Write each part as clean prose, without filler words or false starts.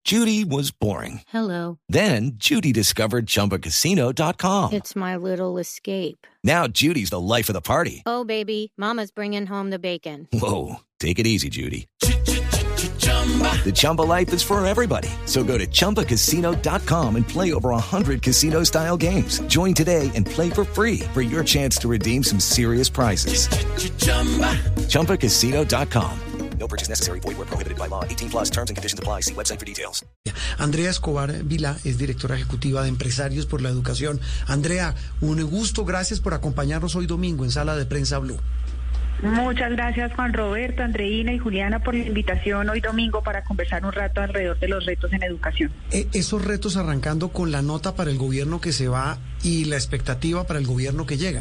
Judy was boring. Hello. Then Judy discovered ChumbaCasino.com. It's my little escape. Now Judy's the life of the party. Oh, baby, mama's bringing home the bacon. Whoa, take it easy, Judy. The Chumba life is for everybody. So go to ChumbaCasino.com and play over 100 casino-style games. Join today and play for free for your chance to redeem some serious prizes. ChumbaCasino.com. No purchase necessary. Void where prohibited by law. 18 plus terms and conditions apply. See website for details. Andrea Escobar Vila es directora ejecutiva de Empresarios por la Educación. Andrea, un gusto. Gracias por acompañarnos hoy domingo en Sala de Prensa Blue. Muchas gracias, Juan Roberto, Andreina y Juliana, por la invitación hoy domingo para conversar un rato alrededor de los retos en educación. Esos retos arrancando con la nota para el gobierno que se va y la expectativa para el gobierno que llega.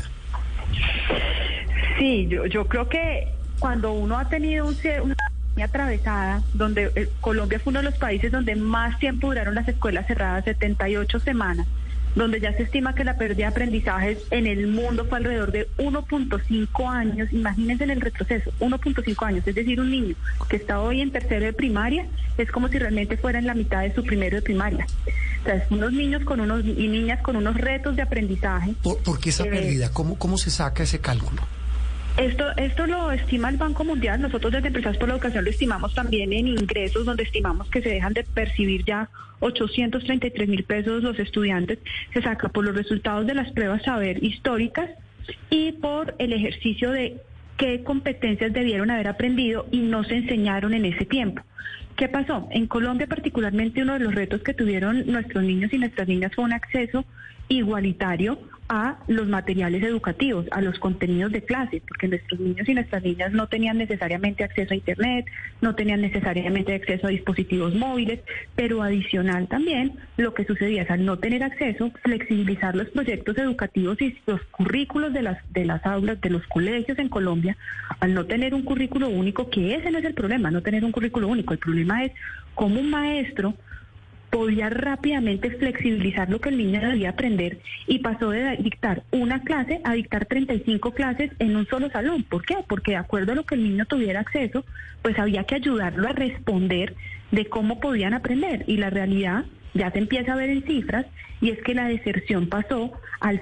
Sí, yo creo que cuando uno ha tenido una atravesada, donde Colombia fue uno de los países donde más tiempo duraron las escuelas cerradas, 78 semanas, donde ya se estima que la pérdida de aprendizajes en el mundo fue alrededor de 1.5 años, imagínense en el retroceso, 1.5 años, es decir, un niño que está hoy en tercero de primaria, es como si realmente fuera en la mitad de su primero de primaria. O sea, unos niños y niñas con unos retos de aprendizaje. ¿Por qué esa pérdida? ¿Cómo se saca ese cálculo? Esto lo estima el Banco Mundial. Nosotros desde Empresarios por la Educación lo estimamos también en ingresos, donde estimamos que se dejan de percibir ya 833.000 pesos los estudiantes. Se saca por los resultados de las pruebas saber históricas y por el ejercicio de qué competencias debieron haber aprendido y no se enseñaron en ese tiempo. ¿Qué pasó? En Colombia particularmente uno de los retos que tuvieron nuestros niños y nuestras niñas fue un acceso igualitario a los materiales educativos, a los contenidos de clase, porque nuestros niños y nuestras niñas no tenían necesariamente acceso a internet, no tenían necesariamente acceso a dispositivos móviles, pero adicional también lo que sucedía es al no tener acceso, flexibilizar los proyectos educativos y los currículos de las aulas, de los colegios en Colombia, al no tener un currículo único, que ese no es el problema, no tener un currículo único, el problema es cómo un maestro podía rápidamente flexibilizar lo que el niño debía aprender y pasó de dictar una clase a dictar 35 clases en un solo salón. ¿Por qué? Porque de acuerdo a lo que el niño tuviera acceso, pues había que ayudarlo a responder de cómo podían aprender. Y la realidad ya se empieza a ver en cifras, y es que la deserción pasó al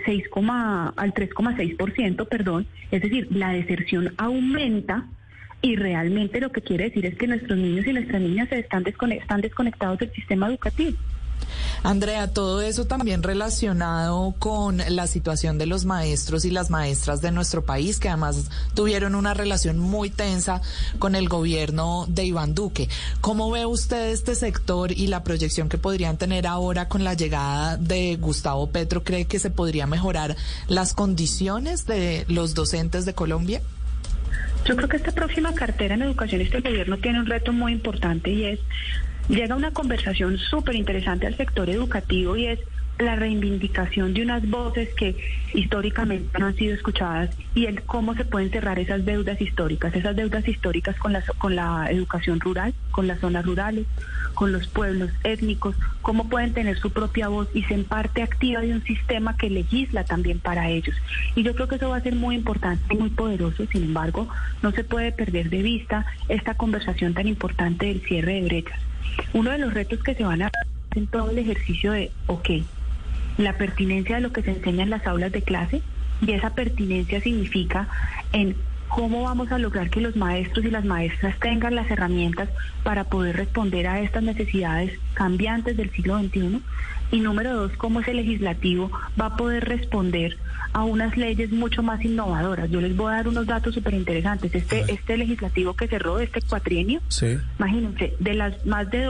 3,6%, perdón, es decir, la deserción aumenta. Y realmente lo que quiere decir es que nuestros niños y nuestras niñas están desconectados del sistema educativo. Andrea, todo eso también relacionado con la situación de los maestros y las maestras de nuestro país, que además tuvieron una relación muy tensa con el gobierno de Iván Duque. ¿Cómo ve usted este sector y la proyección que podrían tener ahora con la llegada de Gustavo Petro? ¿Cree que se podría mejorar las condiciones de los docentes de Colombia? Yo creo que esta próxima cartera en educación, este gobierno tiene un reto muy importante, y es, llega una conversación súper interesante al sector educativo, y es la reivindicación de unas voces que históricamente no han sido escuchadas, y el cómo se pueden cerrar esas deudas históricas con la educación rural, con las zonas rurales, con los pueblos étnicos, cómo pueden tener su propia voz y ser parte activa de un sistema que legisla también para ellos. Y yo creo que eso va a ser muy importante y muy poderoso. Sin embargo, no se puede perder de vista esta conversación tan importante del cierre de brechas. Uno de los retos que se van a hacer en todo el ejercicio de, la pertinencia de lo que se enseña en las aulas de clase, y esa pertinencia significa en cómo vamos a lograr que los maestros y las maestras tengan las herramientas para poder responder a estas necesidades cambiantes del siglo XXI. Y número 2, cómo ese legislativo va a poder responder a unas leyes mucho más innovadoras. Yo les voy a dar unos datos súper interesantes. Este legislativo que cerró este cuatrienio, sí, imagínense, de las más de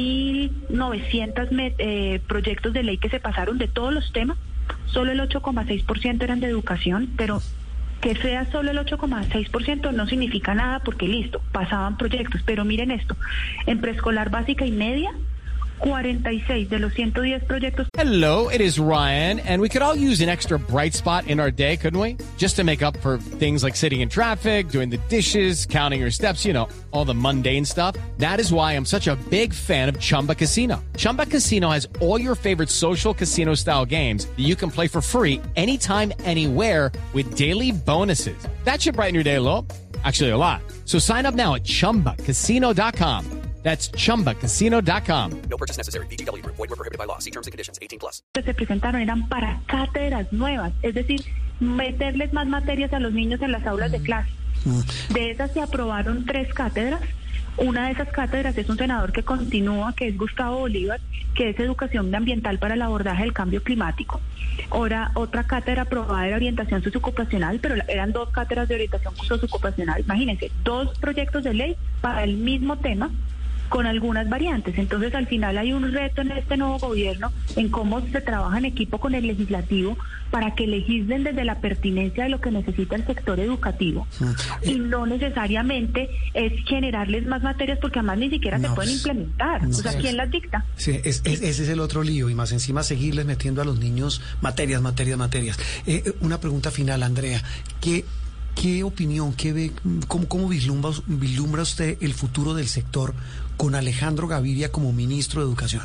2.900 proyectos de ley que se pasaron de todos los temas, solo el 8,6% eran de educación, pero que sea solo el 8,6% no significa nada, porque listo, pasaban proyectos. Pero miren esto, en preescolar básica y media, 46 de los 110 proyectos. Hello, it is Ryan, and we could all use an extra bright spot in our day, couldn't we? Just to make up for things like sitting in traffic, doing the dishes, counting your steps, all the mundane stuff. That is why I'm such a big fan of Chumba Casino. Chumba Casino has all your favorite social casino-style games that you can play for free anytime, anywhere with daily bonuses. That should brighten your day a little. Actually, a lot. So sign up now at ChumbaCasino.com. That's ChumbaCasino.com. No purchase necessary. VGW Group. Void where prohibited by law. See terms and conditions. 18+. Que se presentaron eran para cátedras nuevas, es decir, meterles más materias a los niños en las aulas de clase. De esas se aprobaron 3 cátedras. Una de esas cátedras es un senador que continúa, que es Gustavo Bolívar, que es educación ambiental para el abordaje del cambio climático. Ahora, otra cátedra aprobada era orientación sociocupacional, pero eran 2 cátedras de orientación sociocupacional. Imagínense, 2 proyectos de ley para el mismo tema, con algunas variantes. Entonces, al final hay un reto en este nuevo gobierno en cómo se trabaja en equipo con el legislativo para que legislen desde la pertinencia de lo que necesita el sector educativo. Y no necesariamente es generarles más materias, porque además ni siquiera se pueden implementar. O sea, ¿quién las dicta? Sí, ese es el otro lío, y más encima seguirles metiendo a los niños materias. Una pregunta final, Andrea. ¿Qué opinión, qué ve, cómo vislumbra usted el futuro del sector con Alejandro Gaviria como ministro de Educación?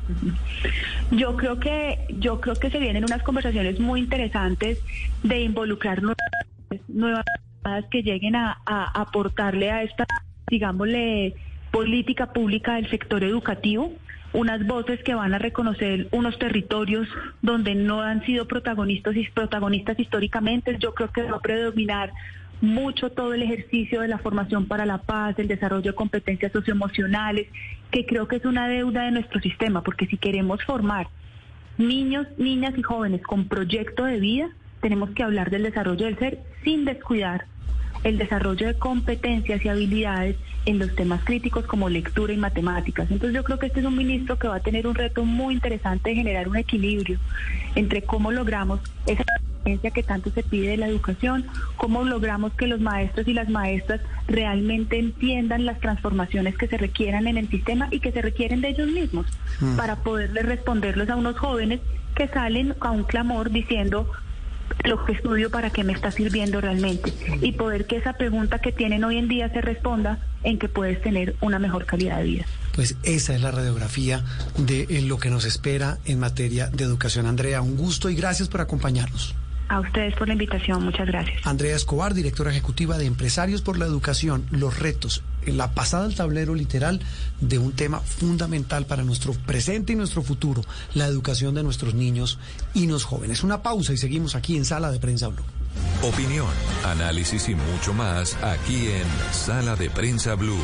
Yo creo que se vienen unas conversaciones muy interesantes de involucrar nuevas que lleguen a aportarle a esta, digámosle, política pública del sector educativo. Unas voces que van a reconocer unos territorios donde no han sido protagonistas históricamente. Yo creo que va a predominar mucho todo el ejercicio de la formación para la paz, el desarrollo de competencias socioemocionales, que creo que es una deuda de nuestro sistema, porque si queremos formar niños, niñas y jóvenes con proyecto de vida, tenemos que hablar del desarrollo del ser sin descuidar el desarrollo de competencias y habilidades en los temas críticos como lectura y matemáticas. Entonces yo creo que este es un ministro que va a tener un reto muy interesante de generar un equilibrio entre cómo logramos esa competencia que tanto se pide de la educación, cómo logramos que los maestros y las maestras realmente entiendan las transformaciones que se requieran en el sistema y que se requieren de ellos mismos para poderles responderles a unos jóvenes que salen a un clamor diciendo: lo que estudio, ¿para qué me está sirviendo realmente? Y poder que esa pregunta que tienen hoy en día se responda en que puedes tener una mejor calidad de vida. Pues esa es la radiografía de lo que nos espera en materia de educación. Andrea, un gusto y gracias por acompañarnos. A ustedes por la invitación, muchas gracias. Andrea Escobar, directora ejecutiva de Empresarios por la Educación, los retos, la pasada al tablero literal de un tema fundamental para nuestro presente y nuestro futuro, la educación de nuestros niños y los jóvenes. Una pausa y seguimos aquí en Sala de Prensa Blue. Opinión, análisis y mucho más aquí en Sala de Prensa Blue.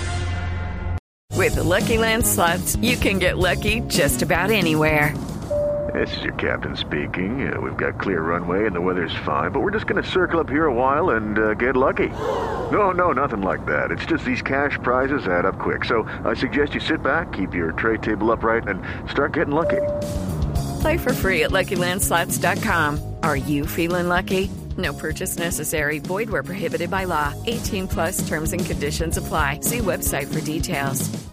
With the Lucky Land Slots, you can get lucky just about anywhere. This is your captain speaking. We've got clear runway and the weather's fine, but we're just going to circle up here a while and get lucky. No, nothing like that. It's just these cash prizes add up quick. So I suggest you sit back, keep your tray table upright, and start getting lucky. Play for free at LuckyLandSlots.com. Are you feeling lucky? No purchase necessary. Void where prohibited by law. 18+ terms and conditions apply. See website for details.